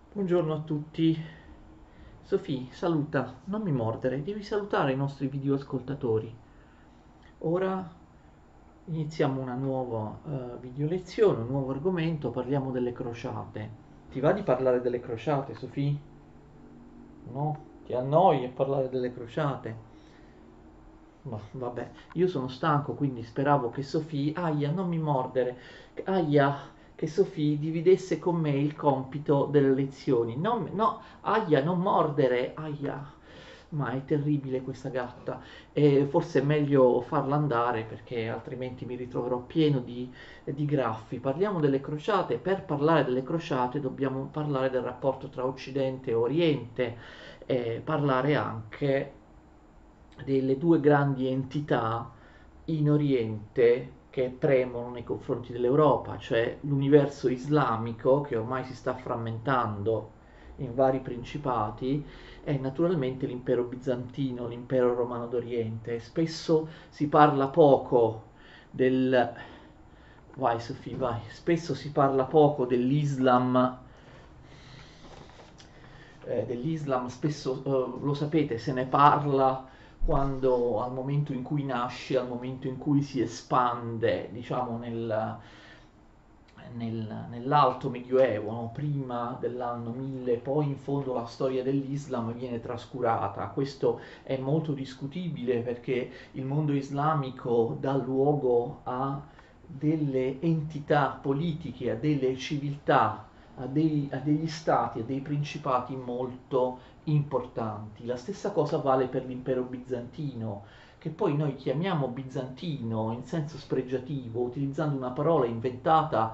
Buongiorno a tutti. Sofì, saluta, non mi mordere, devi salutare i nostri videoascoltatori. Ora iniziamo una nuova video lezione, un nuovo argomento, parliamo delle crociate. Ti va di parlare delle crociate, Sofì? No? Ti annoi a parlare delle crociate? Ma vabbè, io sono stanco, quindi speravo che Sofì, aia, non mi mordere, aia, che Sofì dividesse con me il compito delle lezioni. No, aia, non mordere, aia. Ma è terribile questa gatta e forse è meglio farla andare perché altrimenti mi ritroverò pieno di graffi. Parliamo delle crociate. Per parlare delle crociate dobbiamo parlare del rapporto tra Occidente e Oriente e parlare anche delle due grandi entità in Oriente che premono nei confronti dell'Europa, cioè l'universo islamico che ormai si sta frammentando in vari principati e naturalmente l'impero bizantino, l'impero romano d'Oriente. Spesso si parla poco del... Vai Sofì, vai. Spesso si parla poco dell'Islam spesso lo sapete, se ne parla quando al momento in cui nasce, al momento in cui si espande, diciamo nell'alto medioevo, no? Prima dell'anno 1000, poi in fondo la storia dell'Islam viene trascurata. Questo è molto discutibile perché il mondo islamico dà luogo a delle entità politiche, a delle civiltà, a degli stati, a dei principati molto importanti. La stessa cosa vale per l'impero bizantino, che poi noi chiamiamo bizantino in senso spregiativo, utilizzando una parola inventata,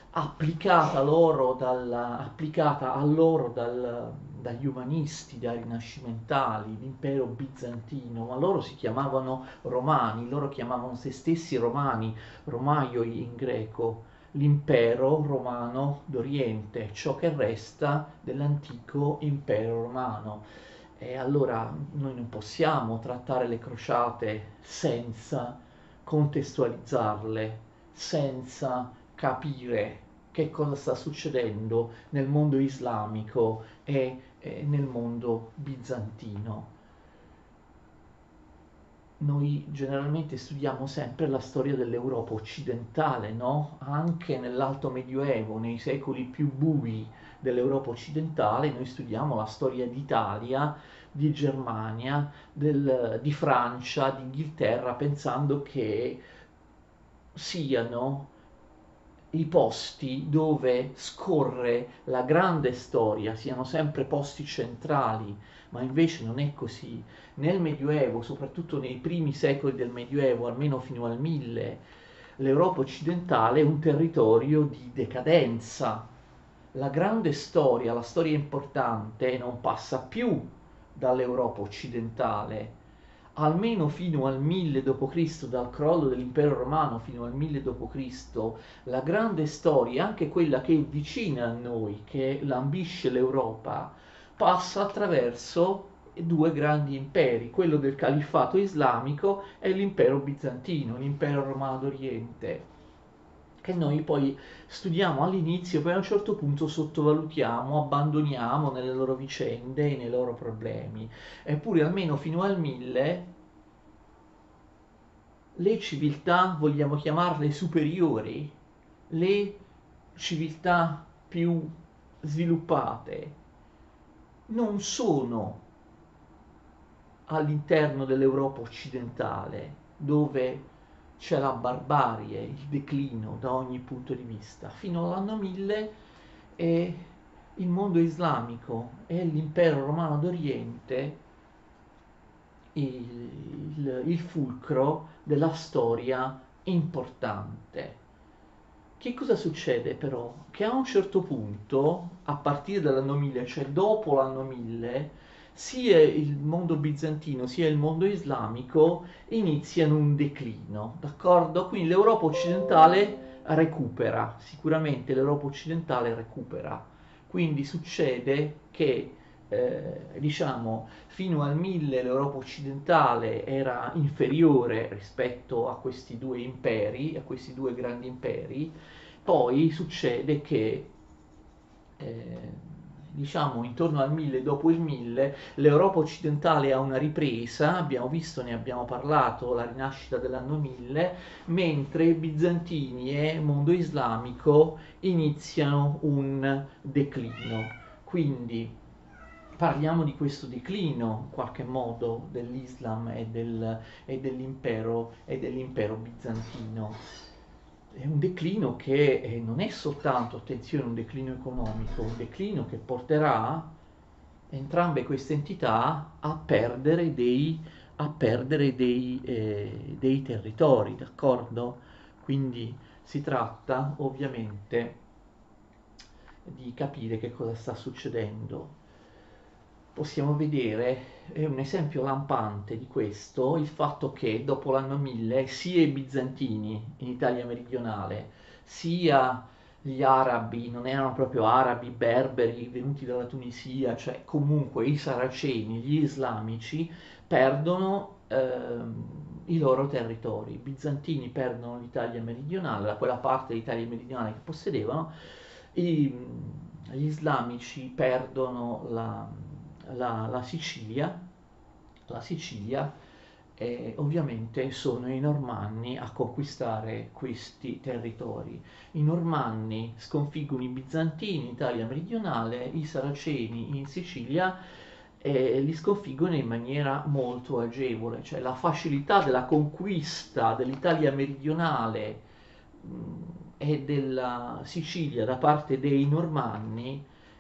applicata a loro dagli umanisti, dai rinascimentali, l'impero bizantino, ma loro si chiamavano romani, loro chiamavano se stessi romani, romaioi in greco, l'impero romano d'Oriente, ciò che resta dell'antico impero romano. E allora noi non possiamo trattare le crociate senza contestualizzarle, senza capire che cosa sta succedendo nel mondo islamico e nel mondo bizantino. Noi generalmente studiamo sempre la storia dell'Europa occidentale, no? Anche nell'Alto Medioevo, nei secoli più bui dell'Europa occidentale, noi studiamo la storia d'Italia, di Germania, di Francia, di Inghilterra, pensando che siano i posti dove scorre la grande storia, siano sempre posti centrali, ma invece non è così. Nel Medioevo, soprattutto nei primi secoli del Medioevo, almeno fino al 1000, l'Europa occidentale è un territorio di decadenza. La grande storia, la storia importante, non passa più dall'Europa occidentale, almeno fino al 1000 d.C., dal crollo dell'impero romano fino al 1000 d.C., la grande storia, anche quella che è vicina a noi, che lambisce l'Europa, passa attraverso due grandi imperi, quello del califfato islamico e l'impero bizantino, l'impero romano d'Oriente, che noi poi studiamo all'inizio, poi a un certo punto sottovalutiamo, abbandoniamo nelle loro vicende e nei loro problemi. Eppure almeno fino al 1000 le civiltà, vogliamo chiamarle superiori, le civiltà più sviluppate, non sono all'interno dell'Europa occidentale, dove c'è la barbarie, il declino da ogni punto di vista. Fino all'anno 1000 è il mondo islamico e l'impero romano d'Oriente il fulcro della storia importante. Che cosa succede però? Che a un certo punto, a partire dall'anno 1000, cioè dopo l'anno 1000, sia il mondo bizantino sia il mondo islamico iniziano un declino, d'accordo? Quindi l'Europa occidentale recupera, sicuramente l'Europa occidentale recupera. Quindi succede che, diciamo, fino al 1000 l'Europa occidentale era inferiore rispetto a questi due imperi, a questi due grandi imperi, poi succede che eh, diciamo intorno al 1000 dopo il 1000, l'Europa occidentale ha una ripresa, abbiamo visto, ne abbiamo parlato, la rinascita dell'anno 1000, mentre bizantini e mondo islamico iniziano un declino. Quindi parliamo di questo declino in qualche modo dell'Islam e dell'impero bizantino. È un declino che non è soltanto, attenzione, un declino economico, un declino che porterà entrambe queste entità a perdere dei territori, d'accordo? Quindi si tratta ovviamente di capire che cosa sta succedendo. Possiamo vedere, è un esempio lampante di questo, il fatto che dopo l'anno 1000 sia i bizantini in Italia meridionale, sia gli arabi, non erano proprio arabi, berberi venuti dalla Tunisia, cioè comunque i saraceni, gli islamici, perdono i loro territori. I bizantini perdono l'Italia meridionale, quella parte dell'Italia meridionale che possedevano, gli islamici perdono la Sicilia, e ovviamente sono i normanni a conquistare questi territori. I normanni sconfiggono i bizantini in Italia meridionale, i saraceni in Sicilia e li sconfiggono in maniera molto agevole, cioè la facilità della conquista dell'Italia meridionale e della Sicilia da parte dei normanni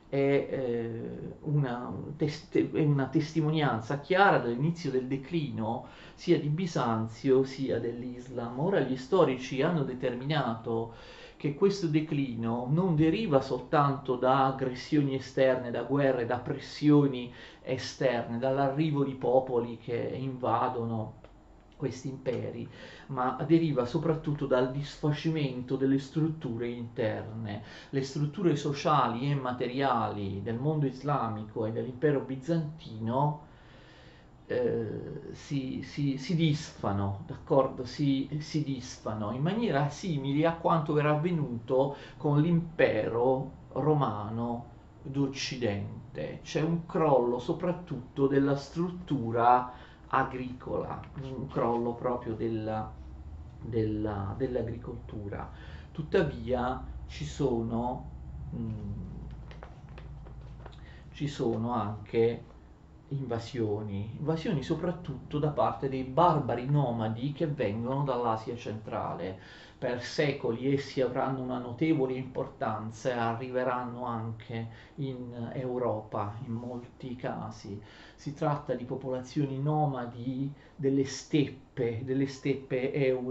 è una testimonianza chiara dell'inizio del declino sia di Bisanzio sia dell'Islam. Ora gli storici hanno determinato che questo declino non deriva soltanto da aggressioni esterne, da guerre, da pressioni esterne, dall'arrivo di popoli che invadono questi imperi, ma deriva soprattutto dal disfacimento delle strutture interne. Le strutture sociali e materiali del mondo islamico e dell'impero bizantino si disfano, d'accordo? Si disfano in maniera simile a quanto era avvenuto con l'impero romano d'Occidente. C'è un crollo soprattutto della struttura agricola, un crollo proprio dell'agricoltura. Tuttavia mh, ci sono anche invasioni soprattutto da parte dei barbari nomadi che vengono dall'Asia centrale. Per secoli essi avranno una notevole importanza e arriveranno anche in Europa in molti casi. Si tratta di popolazioni nomadi delle steppe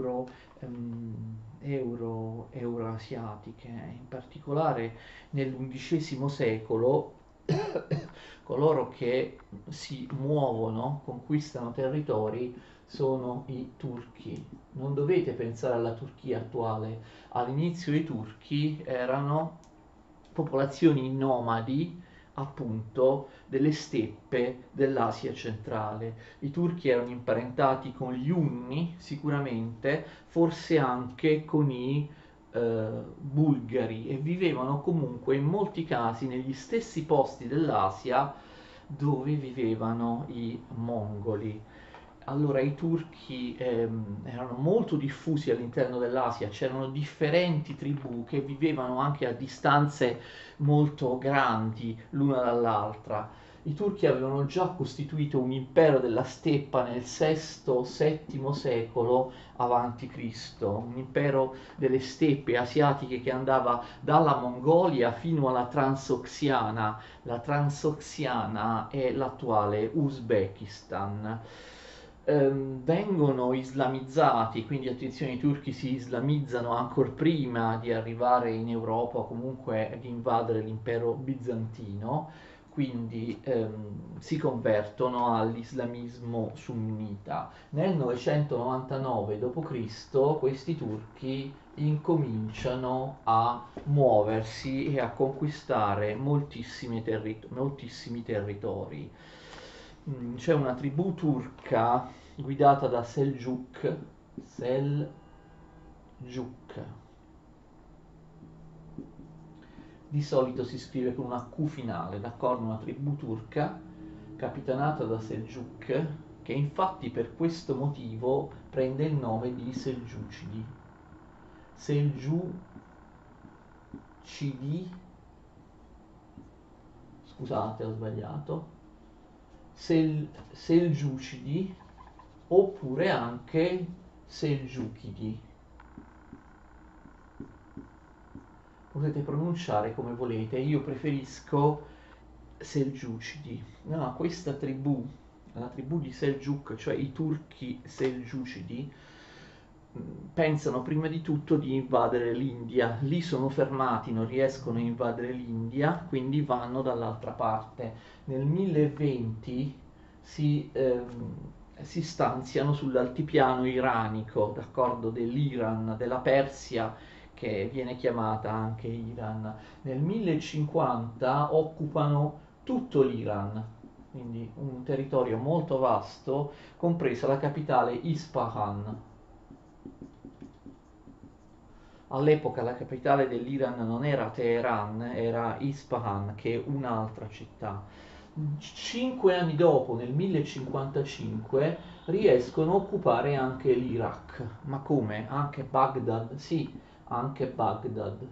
euroasiatiche, in particolare nell'undicesimo secolo coloro che si muovono, conquistano territori, sono i turchi. Non dovete pensare alla Turchia attuale. All'inizio i turchi erano popolazioni nomadi, appunto, delle steppe dell'Asia centrale. I turchi erano imparentati con gli Unni, sicuramente, forse anche con i bulgari, e vivevano comunque in molti casi negli stessi posti dell'Asia dove vivevano i mongoli. Allora i turchi erano molto diffusi all'interno dell'Asia, c'erano differenti tribù che vivevano anche a distanze molto grandi l'una dall'altra. I turchi avevano già costituito un impero della steppa nel VI-VII secolo avanti Cristo, un impero delle steppe asiatiche che andava dalla Mongolia fino alla Transoxiana. La Transoxiana è l'attuale Uzbekistan. Vengono islamizzati, quindi attenzione, i turchi si islamizzano ancora prima di arrivare in Europa o comunque di invadere l'impero bizantino, quindi si convertono all'islamismo sunnita. Nel 999 d.C. questi turchi incominciano a muoversi e a conquistare moltissimi territori. C'è una tribù turca guidata da Seljuk, di solito si scrive con una Q finale, d'accordo? Una tribù turca capitanata da Seljuk, che infatti per questo motivo prende il nome di Selgiucidi. Selgiucidi, scusate ho sbagliato, Selgiucidi oppure anche Selgiukidi. Potete pronunciare come volete, io preferisco Selgiucidi. No, questa tribù, la tribù di Seljuk, cioè i turchi Selgiucidi, pensano prima di tutto di invadere l'India. Lì sono fermati, non riescono a invadere l'India, quindi vanno dall'altra parte. Nel 1020 si stanziano sull'altipiano iranico, d'accordo, dell'Iran, della Persia, che viene chiamata anche Iran. Nel 1050 occupano tutto l'Iran, quindi un territorio molto vasto, compresa la capitale Isfahan. All'epoca la capitale dell'Iran non era Teheran, era Isfahan, che è un'altra città. 5 anni dopo, nel 1055, riescono a occupare anche l'Iraq. Ma come? Anche Baghdad? Sì, anche Baghdad.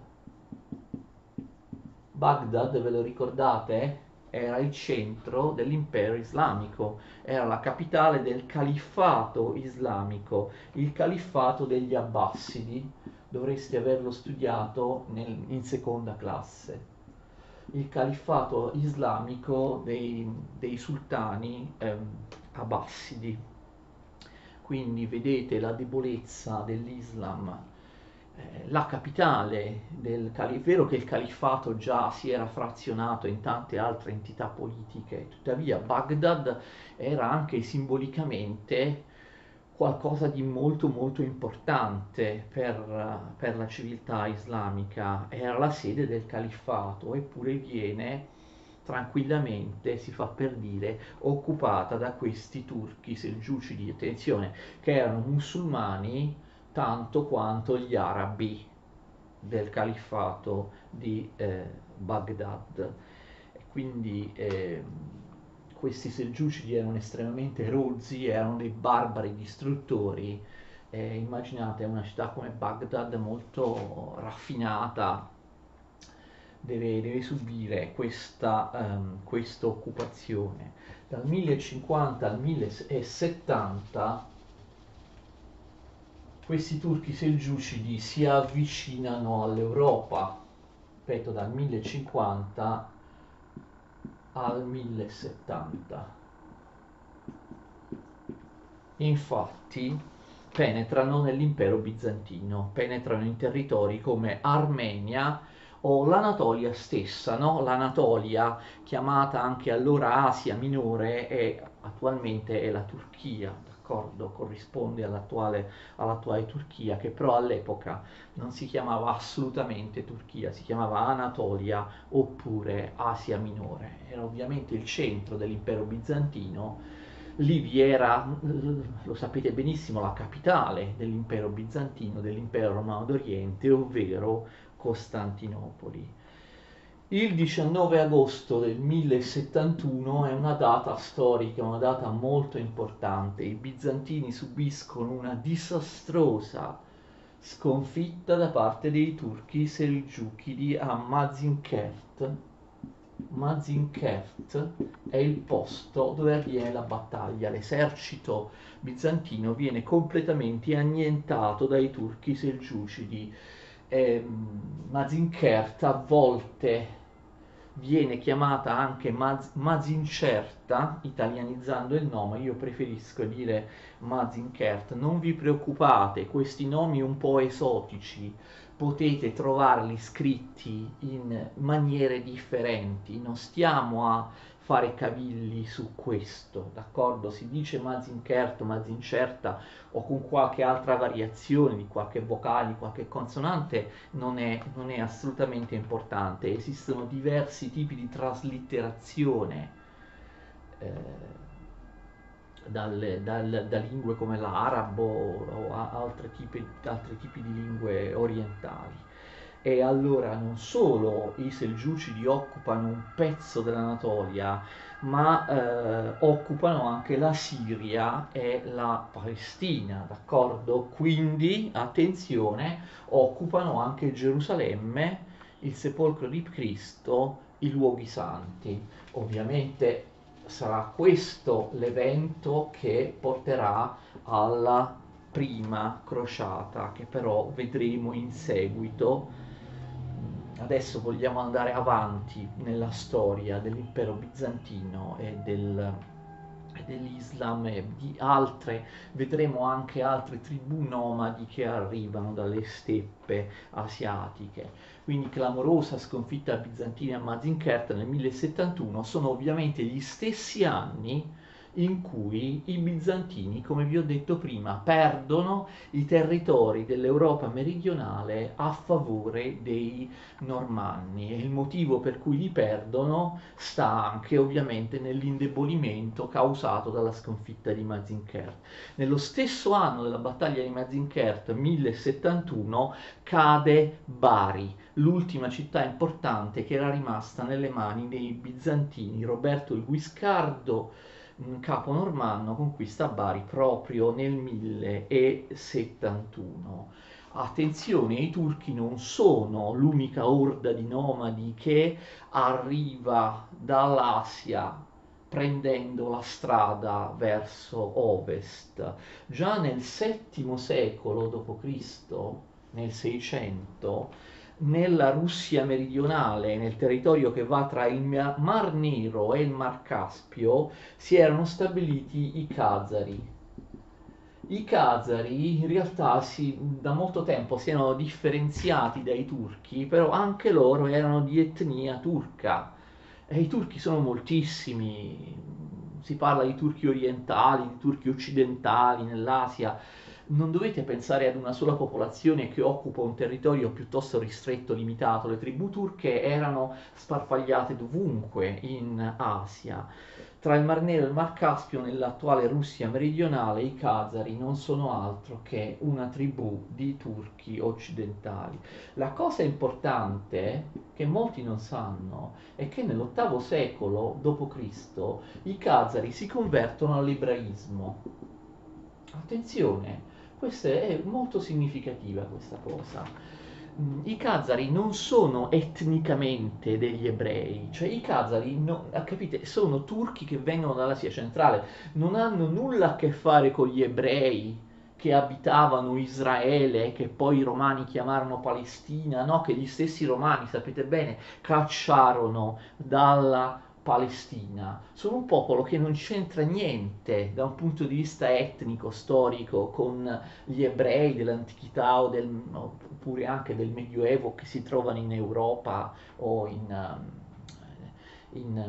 Baghdad, ve lo ricordate? Era il centro dell'impero islamico, era la capitale del califfato islamico, il califfato degli Abbasidi. Dovreste averlo studiato in seconda classe. Il califfato islamico dei sultani Abbasidi. Quindi vedete la debolezza dell'Islam. La capitale del califfato, è vero che il califfato già si era frazionato in tante altre entità politiche, tuttavia Baghdad era anche simbolicamente qualcosa di molto molto importante per la civiltà islamica, era la sede del califfato, eppure viene tranquillamente, si fa per dire, occupata da questi turchi selgiucidi, attenzione, che erano musulmani tanto quanto gli arabi del califfato di Baghdad. E quindi questi selgiucidi erano estremamente rozzi, erano dei barbari distruttori. Immaginate una città come Baghdad molto raffinata, deve subire questa occupazione. Dal 1050 al 1070 questi turchi selgiucidi si avvicinano all'Europa, ripeto, dal 1050 al 1070. Infatti penetrano nell'impero bizantino, penetrano in territori come Armenia o l'Anatolia stessa, no? L'Anatolia, chiamata anche allora Asia Minore, attualmente è la Turchia, d'accordo? Corrisponde all'attuale Turchia, che però all'epoca non si chiamava assolutamente Turchia, si chiamava Anatolia oppure Asia Minore. Era ovviamente il centro dell'impero bizantino. Lì vi era, lo sapete benissimo, la capitale dell'impero bizantino, dell'impero romano d'Oriente, ovvero Costantinopoli. Il 19 agosto del 1071 è una data storica, una data molto importante. I bizantini subiscono una disastrosa sconfitta da parte dei turchi selgiuchidi a Mazinkert. Mazinkert è il posto dove avviene la battaglia. L'esercito bizantino viene completamente annientato dai turchi selgiucidi. Mazinkert a volte viene chiamata anche Mazincerta, italianizzando il nome. Io preferisco dire Mazinkert. Non vi preoccupate, questi nomi un po' esotici potete trovarli scritti in maniere differenti, non stiamo a fare cavilli su questo, d'accordo? Si dice Mazinkert o Mazincerta o con qualche altra variazione di qualche vocale, di qualche consonante, non è assolutamente importante. Esistono diversi tipi di traslitterazione da lingue come l'arabo o altri tipi di lingue orientali. e allora non solo i Selgiucidi occupano un pezzo dell'Anatolia, ma occupano anche la Siria e la Palestina, d'accordo? Quindi, attenzione, occupano anche Gerusalemme, il sepolcro di Cristo, i luoghi santi. Ovviamente sarà questo l'evento che porterà alla prima crociata, che però vedremo in seguito. Adesso vogliamo andare avanti nella storia dell'impero bizantino e dell'Islam e di altre, vedremo anche altre tribù nomadi che arrivano dalle steppe asiatiche. Quindi clamorosa sconfitta bizantina a Mazinkert nel 1071 sono ovviamente gli stessi anni in cui i bizantini, come vi ho detto prima, perdono i territori dell'Europa meridionale a favore dei normanni, e il motivo per cui li perdono sta anche ovviamente nell'indebolimento causato dalla sconfitta di Mazinkert. Nello stesso anno della battaglia di Mazinkert, 1071, cade Bari, l'ultima città importante che era rimasta nelle mani dei bizantini. Roberto il Guiscardo, un capo normanno, conquista Bari proprio nel 1071. Attenzione, i turchi non sono l'unica orda di nomadi che arriva dall'Asia prendendo la strada verso ovest. Già nel VII secolo d.C., nel 600, nella Russia meridionale, nel territorio che va tra il Mar Nero e il Mar Caspio, si erano stabiliti i Khazari. I Khazari in realtà da molto tempo si erano differenziati dai turchi, però anche loro erano di etnia turca. E i turchi sono moltissimi, si parla di turchi orientali, di turchi occidentali nell'Asia. Non dovete pensare ad una sola popolazione che occupa un territorio piuttosto ristretto, limitato. Le tribù turche erano sparpagliate dovunque in Asia. Tra il Mar Nero e il Mar Caspio, nell'attuale Russia meridionale, i Khazari non sono altro che una tribù di turchi occidentali. La cosa importante che molti non sanno è che nell'VIII secolo d.C. i Khazari si convertono all'ebraismo. Attenzione, questa è molto significativa questa cosa. I Khazari non sono etnicamente degli ebrei, cioè i Khazari, capite, sono turchi che vengono dall'Asia centrale, non hanno nulla a che fare con gli ebrei che abitavano Israele, che poi i romani chiamarono Palestina, no? Che gli stessi romani, sapete bene, cacciarono dalla Palestina. Sono un popolo che non c'entra niente da un punto di vista etnico, storico, con gli ebrei dell'antichità oppure anche del Medioevo che si trovano in Europa o in,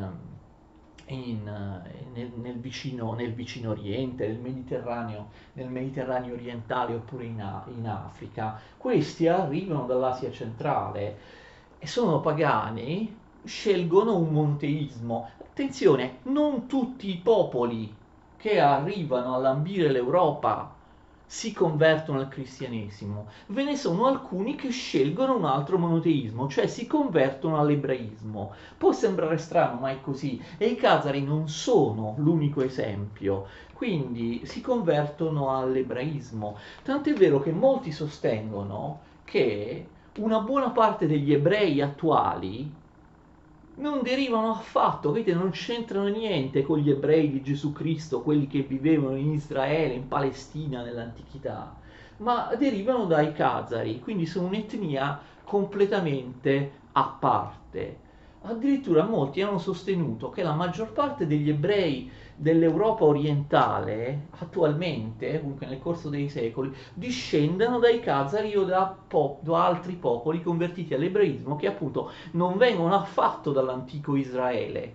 nel vicino Oriente, nel Mediterraneo orientale oppure in Africa. Questi arrivano dall'Asia centrale e sono pagani, scelgono un monteismo. Attenzione, non tutti i popoli che arrivano a lambire l'Europa si convertono al cristianesimo, ve ne sono alcuni che scelgono un altro monoteismo, cioè si convertono all'ebraismo. Può sembrare strano, ma è così, e i Khazari non sono l'unico esempio, quindi si convertono all'ebraismo, tant'è vero che molti sostengono che una buona parte degli ebrei attuali non derivano affatto, vedete, non c'entrano niente con gli ebrei di Gesù Cristo, quelli che vivevano in Israele, in Palestina nell'antichità, ma derivano dai Khazari, quindi sono un'etnia completamente a parte. Addirittura molti hanno sostenuto che la maggior parte degli ebrei dell'Europa orientale attualmente, comunque nel corso dei secoli, discendano dai Khazari o da altri popoli convertiti all'ebraismo che appunto non vengono affatto dall'antico Israele.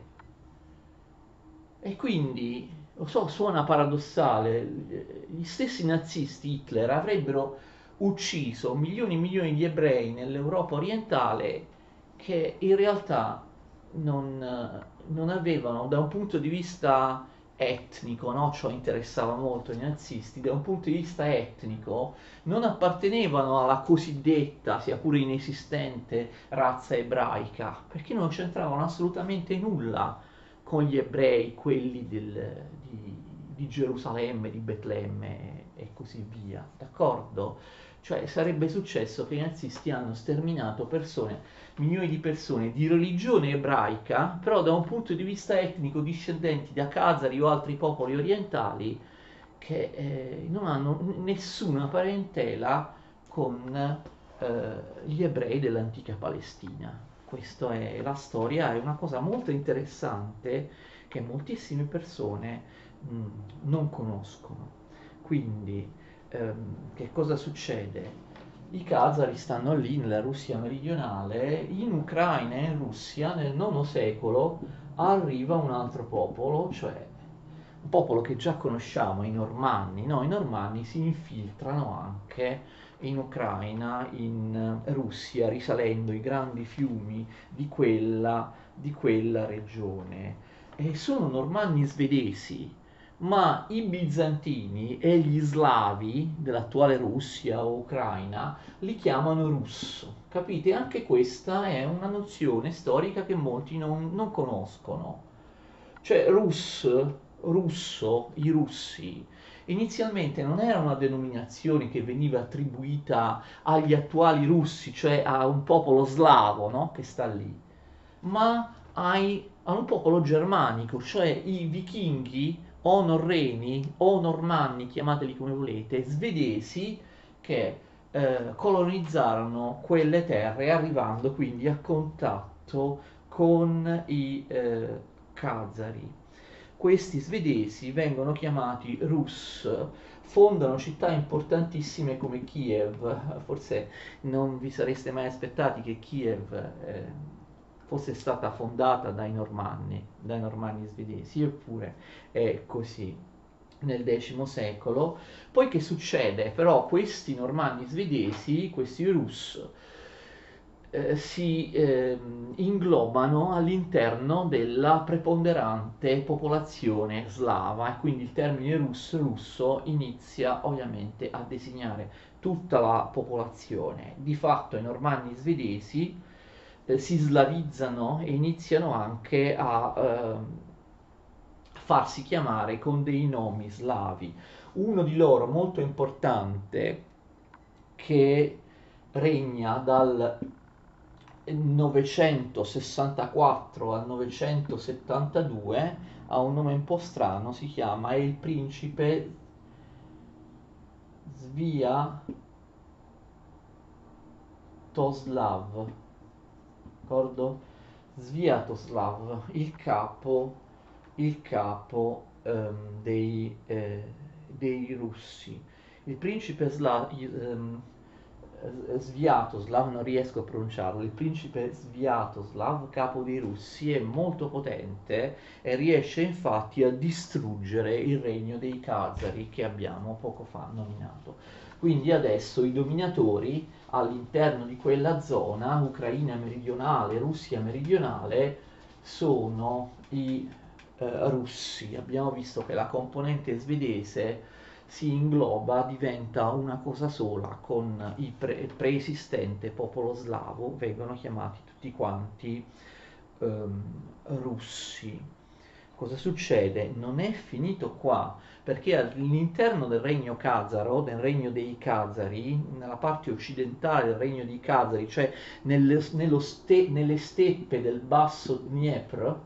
E quindi, lo so, suona paradossale, gli stessi nazisti, Hitler, avrebbero ucciso milioni e milioni di ebrei nell'Europa orientale che in realtà non avevano, da un punto di vista etnico, no? Ciò interessava molto i nazisti, da un punto di vista etnico non appartenevano alla cosiddetta, sia pure inesistente, razza ebraica, perché non c'entravano assolutamente nulla con gli ebrei, quelli di Gerusalemme, di Betlemme e così via, d'accordo? Cioè sarebbe successo che i nazisti hanno sterminato persone, milioni di persone di religione ebraica, però da un punto di vista etnico discendenti da Khazari o altri popoli orientali che non hanno nessuna parentela con gli ebrei dell'antica Palestina. Questa è la storia, è una cosa molto interessante che moltissime persone non conoscono. Quindi, che cosa succede? I Khazari stanno lì nella Russia meridionale, in Ucraina e in Russia nel IX secolo arriva un altro popolo, cioè un popolo che già conosciamo, i Normanni, no? I Normanni si infiltrano anche in Ucraina, in Russia, risalendo i grandi fiumi di quella regione. E sono Normanni svedesi, ma i bizantini e gli slavi dell'attuale Russia o Ucraina li chiamano russo. Capite? Anche questa è una nozione storica che molti non conoscono. Cioè russo, i russi, inizialmente non era una denominazione che veniva attribuita agli attuali russi, cioè a un popolo slavo, no? Che sta lì, ma a un popolo germanico, cioè i vichinghi o norreni o normanni, chiamateli come volete, svedesi che colonizzarono quelle terre arrivando quindi a contatto con i Khazari. Questi svedesi vengono chiamati Rus, fondano città importantissime come Kiev. Forse non vi sareste mai aspettati che Kiev fosse stata fondata dai normanni svedesi, eppure è così nel X secolo. Poi che succede? Però questi normanni svedesi, questi Rus, si inglobano all'interno della preponderante popolazione slava e quindi il termine russo inizia ovviamente a designare tutta la popolazione. Di fatto i normanni svedesi si slavizzano e iniziano anche a farsi chiamare con dei nomi slavi. Uno di loro molto importante che regna dal 964 al 972 ha un nome un po' strano, si chiama, è il principe Sviatoslav, d'accordo? Sviatoslav, il capo dei russi. Il principe Sviatoslav, non riesco a pronunciarlo, il principe Sviatoslav, capo dei russi, è molto potente e riesce infatti a distruggere il regno dei Khazari che abbiamo poco fa nominato. Quindi adesso i dominatori all'interno di quella zona, Ucraina meridionale, Russia meridionale, sono i russi. Abbiamo visto che la componente svedese si ingloba, diventa una cosa sola con il preesistente popolo slavo, vengono chiamati tutti quanti russi. Cosa succede? Non è finito qua, perché all'interno del regno Khazaro, del regno dei Khazari, nella parte occidentale del regno dei Khazari, cioè nelle steppe del basso Dniepr,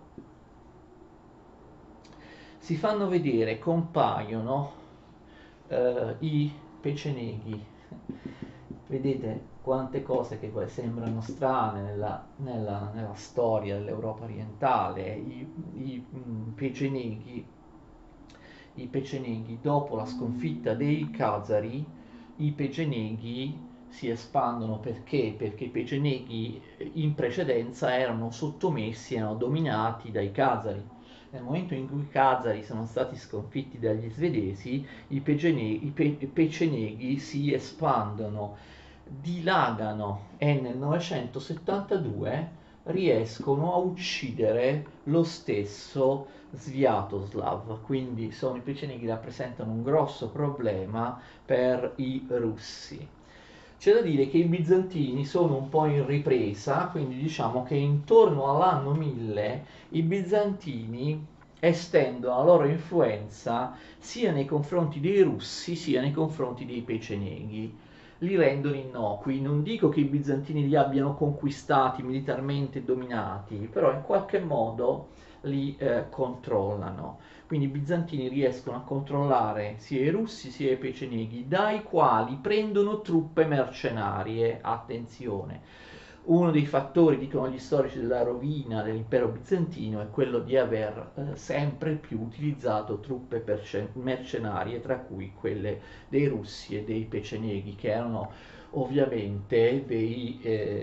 si fanno vedere, compaiono i peceneghi. Vedete quante cose che poi sembrano strane nella storia dell'Europa orientale. Peceneghi, i peceneghi, dopo la sconfitta dei Khazari, i peceneghi si espandono perché i peceneghi in precedenza erano sottomessi, erano dominati dai Khazari. Nel momento in cui i Khazari sono stati sconfitti dagli svedesi, i peceneghi si espandono, dilagano e nel 972 riescono a uccidere lo stesso Sviatoslav, quindi i pecceneghi rappresentano un grosso problema per i russi. C'è da dire che i bizantini sono un po' in ripresa, quindi diciamo che intorno all'anno 1000 i bizantini estendono la loro influenza sia nei confronti dei russi sia nei confronti dei peceneghi. Li rendono innocui. Non dico che i bizantini li abbiano conquistati militarmente e dominati, però in qualche modo li controllano. Quindi i bizantini riescono a controllare sia i russi sia i peceneghi, dai quali prendono truppe mercenarie. Attenzione, uno dei fattori, dicono gli storici, della rovina dell'impero bizantino è quello di aver sempre più utilizzato truppe mercenarie, tra cui quelle dei russi e dei peceneghi, che erano ovviamente dei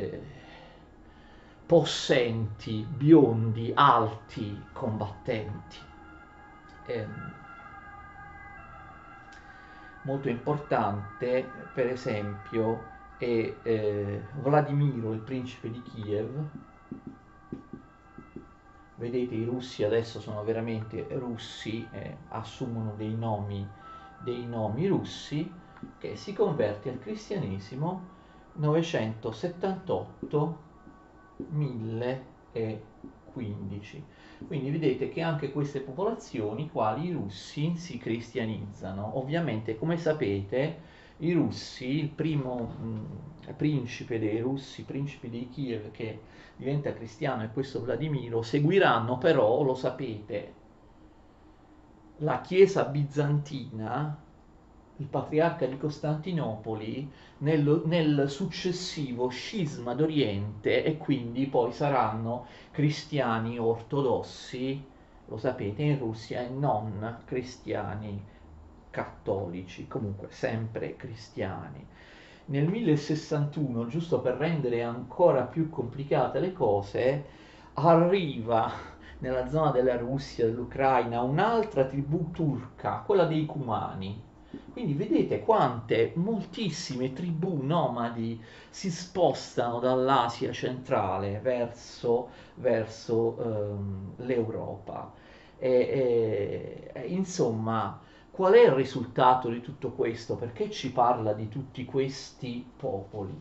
possenti, biondi, alti combattenti. Ehm, Molto importante, per esempio, è Vladimiro, il principe di Kiev. Vedete, i russi adesso sono veramente russi, assumono dei nomi russi, che si converte al cristianesimo 978-1015. Quindi vedete che anche queste popolazioni, quali i russi, si cristianizzano. Ovviamente, come sapete, i russi, il primo principe dei russi, principe di Kiev, che diventa cristiano, e questo Vladimiro, seguiranno però, lo sapete, la chiesa bizantina, il patriarca di Costantinopoli, nel successivo scisma d'Oriente, e quindi poi saranno cristiani ortodossi, lo sapete, in Russia, e non cristiani cattolici, comunque sempre cristiani. Nel 1061, giusto per rendere ancora più complicate le cose, arriva nella zona della Russia, dell'Ucraina, un'altra tribù turca, quella dei Cumani. Quindi vedete quante moltissime tribù nomadi si spostano dall'Asia centrale verso l'Europa. Insomma, qual è il risultato di tutto questo? Perché ci parla di tutti questi popoli?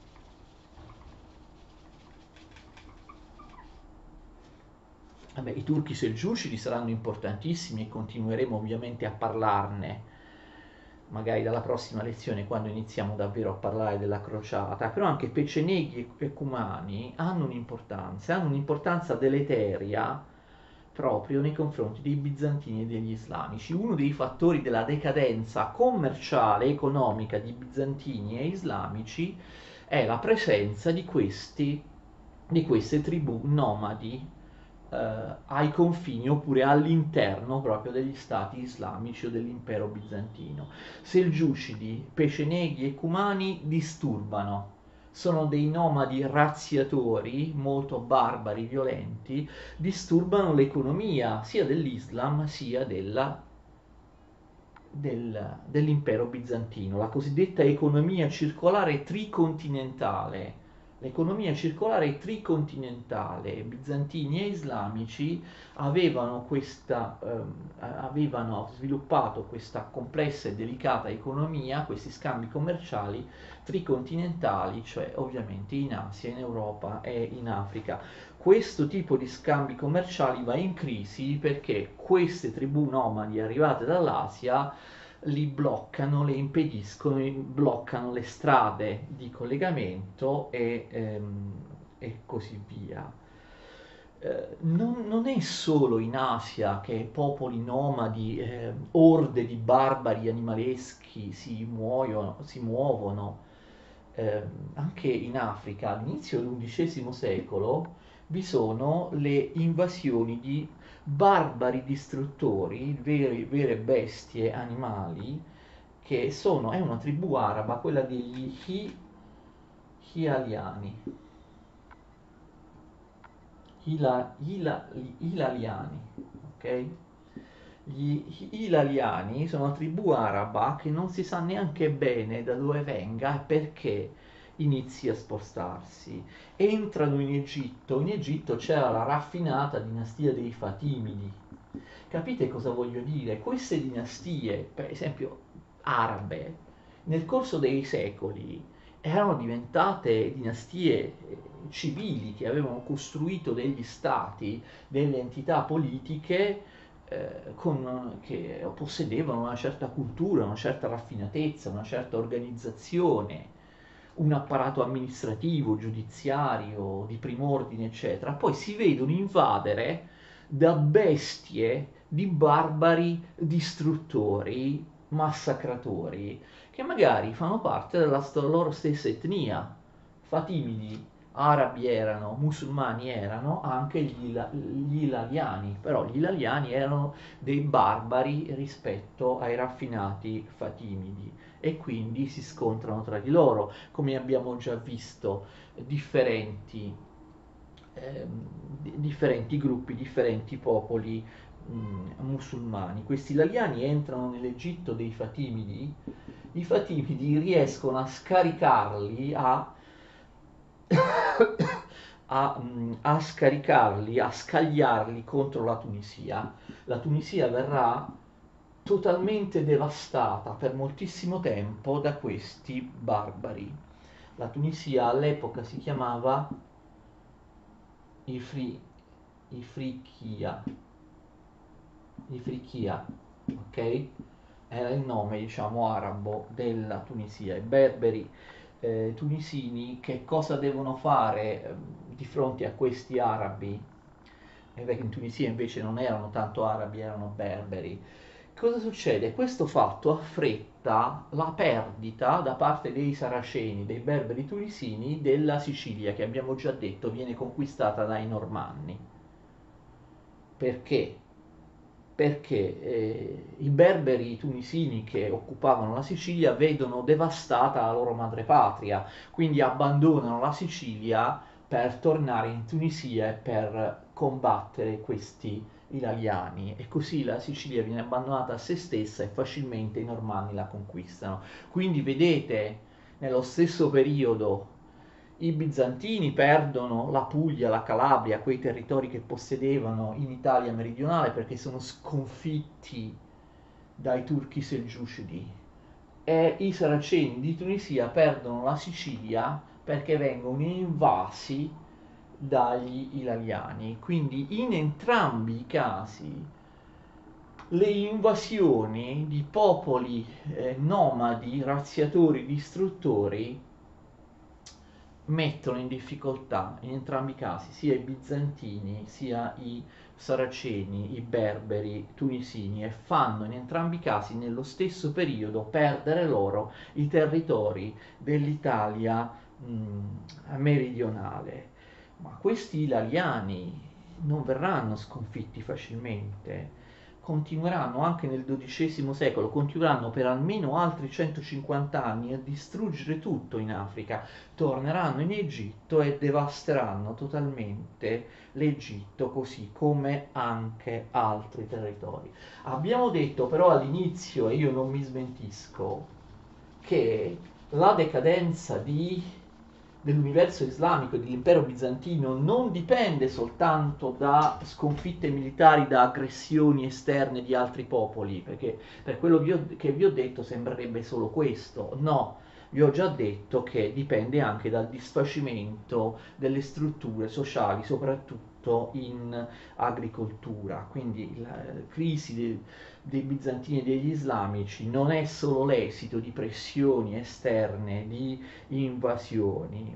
Vabbè, i turchi selgiucidi saranno importantissimi e continueremo ovviamente a parlarne, magari dalla prossima lezione, quando iniziamo davvero a parlare della crociata, però anche peceneghi e cumani hanno un'importanza deleteria proprio nei confronti dei bizantini e degli islamici. Uno dei fattori della decadenza commerciale e economica di bizantini e islamici è la presenza di queste tribù nomadi ai confini oppure all'interno proprio degli stati islamici o dell'impero bizantino. Selgiucidi, peceneghi e cumani disturbano. Sono dei nomadi razziatori, molto barbari, violenti, disturbano l'economia sia dell'Islam sia dell'impero bizantino, la cosiddetta economia circolare tricontinentale. L'economia circolare tricontinentale, bizantini e islamici avevano sviluppato questa complessa e delicata economia, questi scambi commerciali tricontinentali, cioè ovviamente in Asia, in Europa e in Africa. Questo tipo di scambi commerciali va in crisi perché queste tribù nomadi arrivate dall'Asia li bloccano, le impediscono, bloccano le strade di collegamento e così via. Non è solo in Asia che popoli nomadi, orde di barbari animaleschi si muovono. Anche in Africa, all'inizio dell'undicesimo secolo, vi sono le invasioni di barbari distruttori, vere bestie animali, è una tribù araba, quella degli Hialiani. Ilaliani, ok? Gli Ilaliani sono una tribù araba che non si sa neanche bene da dove venga e perché inizia a spostarsi. Entrano in Egitto c'era la raffinata dinastia dei Fatimidi. Capite cosa voglio dire? Queste dinastie, per esempio arabe, nel corso dei secoli erano diventate dinastie civili che avevano costruito degli stati, delle entità politiche che possedevano una certa cultura, una certa raffinatezza, una certa organizzazione, un apparato amministrativo, giudiziario, di prim'ordine, eccetera. Poi si vedono invadere da bestie di barbari distruttori, massacratori, che magari fanno parte della loro stessa etnia. Fatimidi, arabi erano, musulmani erano, anche gli ilaliani, però gli ilaliani erano dei barbari rispetto ai raffinati fatimidi e quindi si scontrano tra di loro, come abbiamo già visto differenti, differenti gruppi, differenti popoli musulmani. Questi ilaliani entrano nell'Egitto dei Fatimidi, i Fatimidi riescono a scaricarli, a scaricarli, a scagliarli contro la Tunisia. La Tunisia verrà totalmente devastata per moltissimo tempo da questi barbari. La Tunisia all'epoca si chiamava Ifri, Ifriqiya, Ifriqiya, ok? Era il nome, diciamo, arabo della Tunisia. I berberi tunisini che cosa devono fare di fronte a questi arabi? Perché in Tunisia invece non erano tanto arabi, erano berberi. Cosa succede? Questo fatto affretta la perdita da parte dei saraceni, dei berberi tunisini, della Sicilia, che abbiamo già detto viene conquistata dai Normanni. Perché? Perché i berberi tunisini che occupavano la Sicilia vedono devastata la loro madrepatria, quindi abbandonano la Sicilia per tornare in Tunisia e per combattere questi italiani e così la Sicilia viene abbandonata a se stessa e facilmente i normanni la conquistano. Quindi vedete, nello stesso periodo i bizantini perdono la Puglia, la Calabria, quei territori che possedevano in Italia meridionale perché sono sconfitti dai turchi selgiucidi e i saraceni di Tunisia perdono la Sicilia perché vengono invasi dagli ilaliani. Quindi in entrambi i casi le invasioni di popoli nomadi, razziatori, distruttori mettono in difficoltà in entrambi i casi sia i bizantini sia i saraceni, i berberi tunisini e fanno in entrambi i casi nello stesso periodo perdere loro i territori dell'Italia meridionale. Ma questi ilaliani non verranno sconfitti facilmente, continueranno anche nel XII secolo, continueranno per almeno altri 150 anni a distruggere tutto in Africa, torneranno in Egitto e devasteranno totalmente l'Egitto, così come anche altri territori. Abbiamo detto però all'inizio, e io non mi smentisco, che la decadenza dell'universo islamico e dell'impero bizantino non dipende soltanto da sconfitte militari, da aggressioni esterne di altri popoli, perché per quello che vi ho detto sembrerebbe solo questo. No, vi ho già detto che dipende anche dal disfacimento delle strutture sociali, soprattutto in agricoltura. Quindi la crisi dei bizantini e degli islamici non è solo l'esito di pressioni esterne, di invasioni.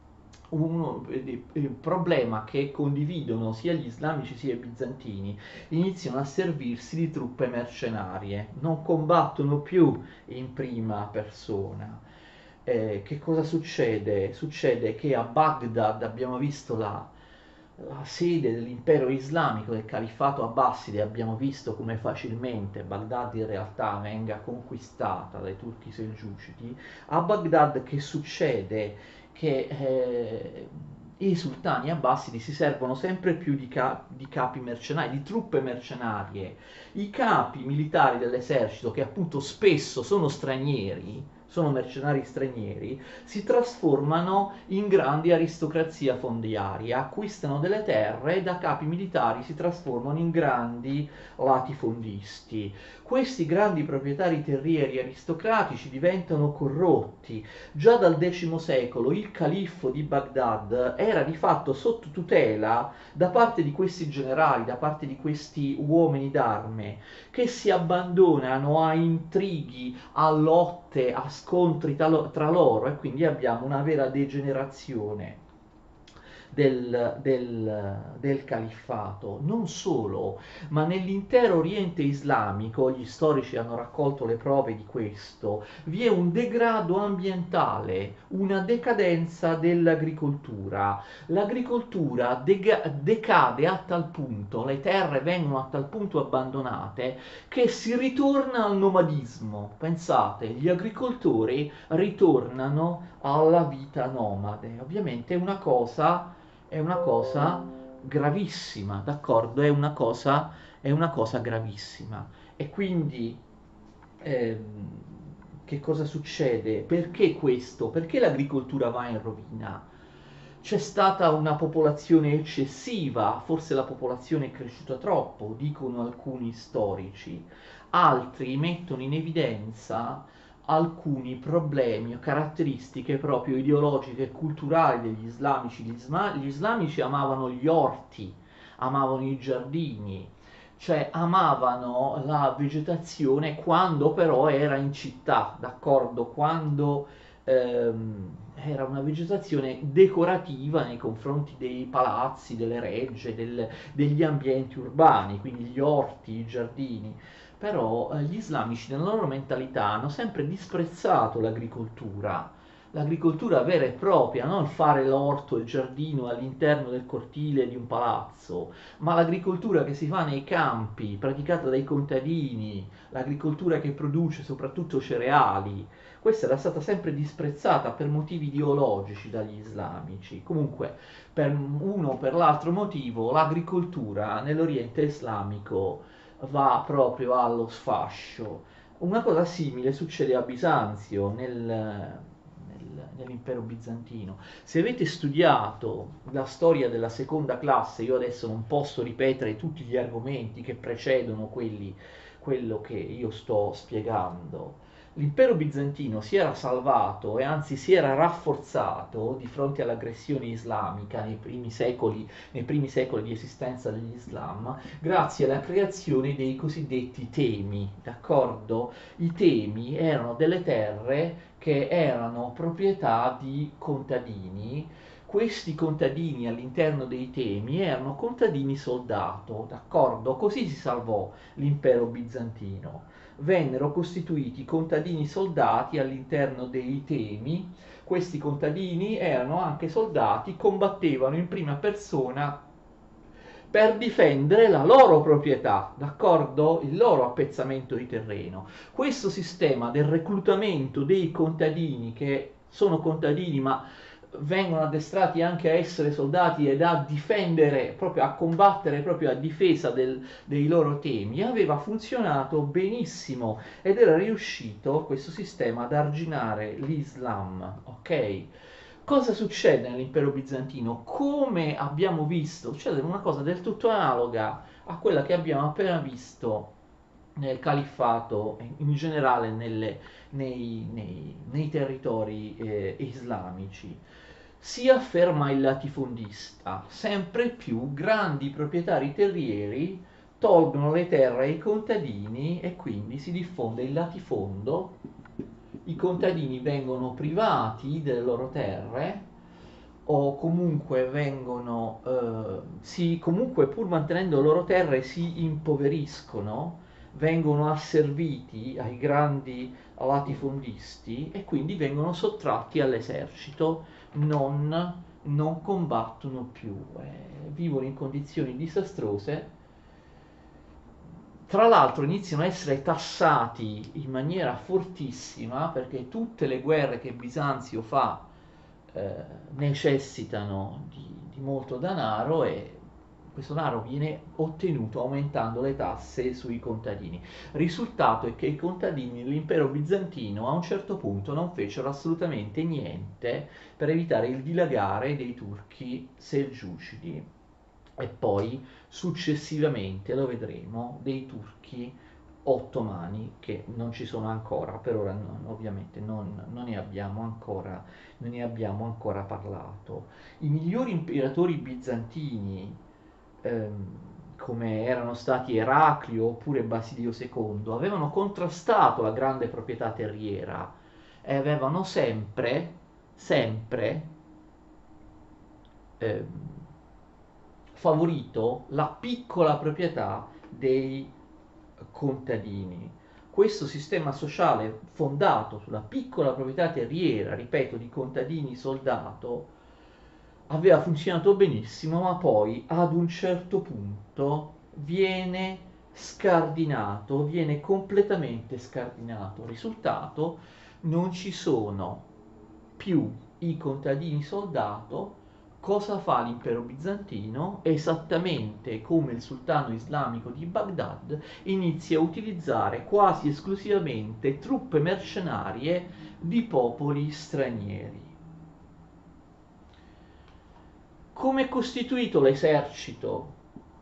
Il problema che condividono sia gli islamici sia i bizantini iniziano a servirsi di truppe mercenarie, non combattono più in prima persona. Che cosa succede? Succede che a Baghdad abbiamo visto la sede dell'impero islamico, del califfato abbaside, abbiamo visto come facilmente Baghdad in realtà venga conquistata dai turchi selgiucidi. A Baghdad che succede? Che i sultani abbasidi si servono sempre più di capi mercenari, di truppe mercenarie. I capi militari dell'esercito, che appunto spesso sono stranieri, sono mercenari stranieri, si trasformano in grandi aristocrazia fondiarie, acquistano delle terre e da capi militari si trasformano in grandi latifondisti. Questi grandi proprietari terrieri aristocratici diventano corrotti. Già dal X secolo il califfo di Baghdad era di fatto sotto tutela da parte di questi generali, da parte di questi uomini d'arme, che si abbandonano a intrighi, a lotte, a scontri tra loro, e quindi abbiamo una vera degenerazione del califfato. Non solo, ma nell'intero Oriente islamico, gli storici hanno raccolto le prove di questo, vi è un degrado ambientale, una decadenza dell'agricoltura. L'agricoltura decade a tal punto, le terre vengono a tal punto abbandonate che si ritorna al nomadismo. Pensate, gli agricoltori ritornano alla vita nomade. Ovviamente è una cosa gravissima, d'accordo? È una cosa gravissima. E quindi ehm, che cosa succede? Perché questo? Perché l'agricoltura va in rovina? C'è stata una popolazione eccessiva, forse la popolazione è cresciuta troppo, dicono alcuni storici. Altri mettono in evidenza alcuni problemi o caratteristiche proprio ideologiche e culturali degli islamici. Gli islamici amavano gli orti, amavano i giardini, cioè amavano la vegetazione quando però era in città, d'accordo? Quando era una vegetazione decorativa nei confronti dei palazzi, delle regge, degli ambienti urbani, quindi gli orti, i giardini. Però gli islamici nella loro mentalità hanno sempre disprezzato l'agricoltura vera e propria, non fare l'orto e il giardino all'interno del cortile di un palazzo, ma l'agricoltura che si fa nei campi, praticata dai contadini, l'agricoltura che produce soprattutto cereali. Questa era stata sempre disprezzata per motivi ideologici dagli islamici. Comunque, per uno o per l'altro motivo, l'agricoltura nell'Oriente islamico va proprio allo sfascio. Una cosa simile succede a Bisanzio, nell'impero bizantino. Se avete studiato la storia della seconda classe, io adesso non posso ripetere tutti gli argomenti che precedono quello che io sto spiegando. L'impero bizantino si era salvato e anzi si era rafforzato di fronte all'aggressione islamica nei primi secoli di esistenza dell'Islam, grazie alla creazione dei cosiddetti temi, d'accordo? I temi erano delle terre che erano proprietà di contadini. Questi contadini all'interno dei temi erano contadini soldato, d'accordo? Così si salvò l'impero bizantino. Vennero costituiti contadini soldati all'interno dei temi. Questi contadini erano anche soldati, combattevano in prima persona per difendere la loro proprietà, d'accordo? Il loro appezzamento di terreno. Questo sistema del reclutamento dei contadini, che sono contadini ma vengono addestrati anche a essere soldati ed a difendere, proprio a combattere proprio a difesa dei loro temi, aveva funzionato benissimo ed era riuscito questo sistema ad arginare l'Islam, ok? Cosa succede nell'impero bizantino? Come abbiamo visto, succede una cosa del tutto analoga a quella che abbiamo appena visto nel califfato, in generale nei territori islamici. Si afferma il latifondista, sempre più grandi proprietari terrieri tolgono le terre ai contadini e quindi si diffonde il latifondo. I contadini vengono privati delle loro terre o comunque comunque pur mantenendo le loro terre si impoveriscono, vengono asserviti ai grandi latifondisti e quindi vengono sottratti all'esercito, non combattono più, vivono in condizioni disastrose. Tra l'altro iniziano a essere tassati in maniera fortissima perché tutte le guerre che Bisanzio fa necessitano di molto denaro e Questo denaro viene ottenuto aumentando le tasse sui contadini. Risultato è che i contadini dell'impero bizantino a un certo punto non fecero assolutamente niente per evitare il dilagare dei turchi selgiucidi e poi successivamente, lo vedremo, dei turchi ottomani che non ci sono ancora, per ora ovviamente non ne abbiamo ancora parlato. I migliori imperatori bizantini, come erano stati Eraclio oppure Basilio II, avevano contrastato la grande proprietà terriera e avevano sempre ehm, favorito la piccola proprietà dei contadini. Questo sistema sociale fondato sulla piccola proprietà terriera, ripeto, di contadini soldato, aveva funzionato benissimo, ma poi ad un certo punto viene scardinato, viene completamente scardinato. Risultato, non ci sono più i contadini soldato. Cosa fa l'impero bizantino? Esattamente come il sultano islamico di Baghdad, inizia a utilizzare quasi esclusivamente truppe mercenarie di popoli stranieri. Come è costituito l'esercito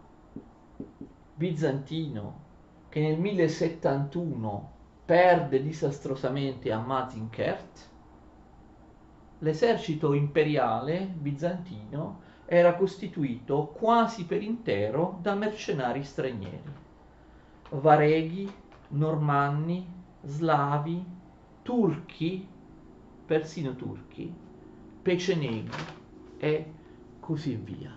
bizantino che nel 1071 perde disastrosamente a Mazinkert? L'esercito imperiale bizantino era costituito quasi per intero da mercenari stranieri, vareghi, normanni, slavi, turchi, persino turchi, peceneghi e così via.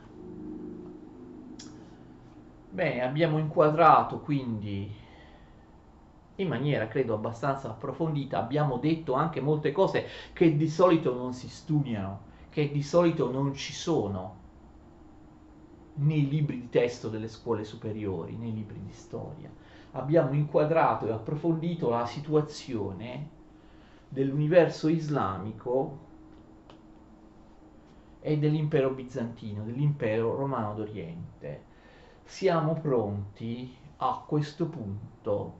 Bene, abbiamo inquadrato quindi in maniera credo abbastanza approfondita, abbiamo detto anche molte cose che di solito non si studiano, che di solito non ci sono nei libri di testo delle scuole superiori, nei libri di storia. Abbiamo inquadrato e approfondito la situazione dell'universo islamico e dell'impero bizantino, dell'impero romano d'Oriente. Siamo pronti a questo punto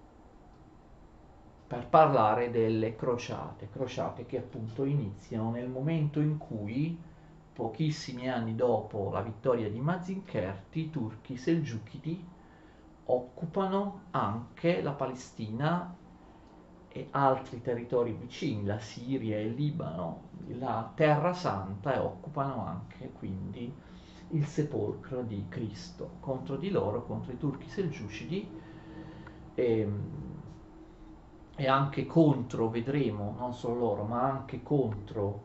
per parlare delle crociate che appunto iniziano nel momento in cui, pochissimi anni dopo la vittoria di Mazinkert, i turchi selgiuchidi occupano anche la Palestina e altri territori vicini, la Siria e il Libano, la Terra Santa, e occupano anche quindi il sepolcro di Cristo. Contro di loro, contro i turchi selgiucidi, e, e anche contro, vedremo, non solo loro, ma anche contro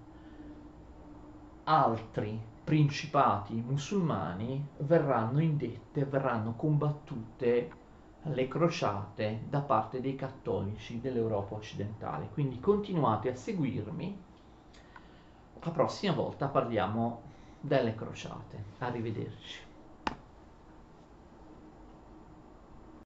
altri principati musulmani, verranno indette, verranno combattute le crociate da parte dei cattolici dell'Europa occidentale. Quindi continuate a seguirmi, la prossima volta parliamo delle crociate. Arrivederci.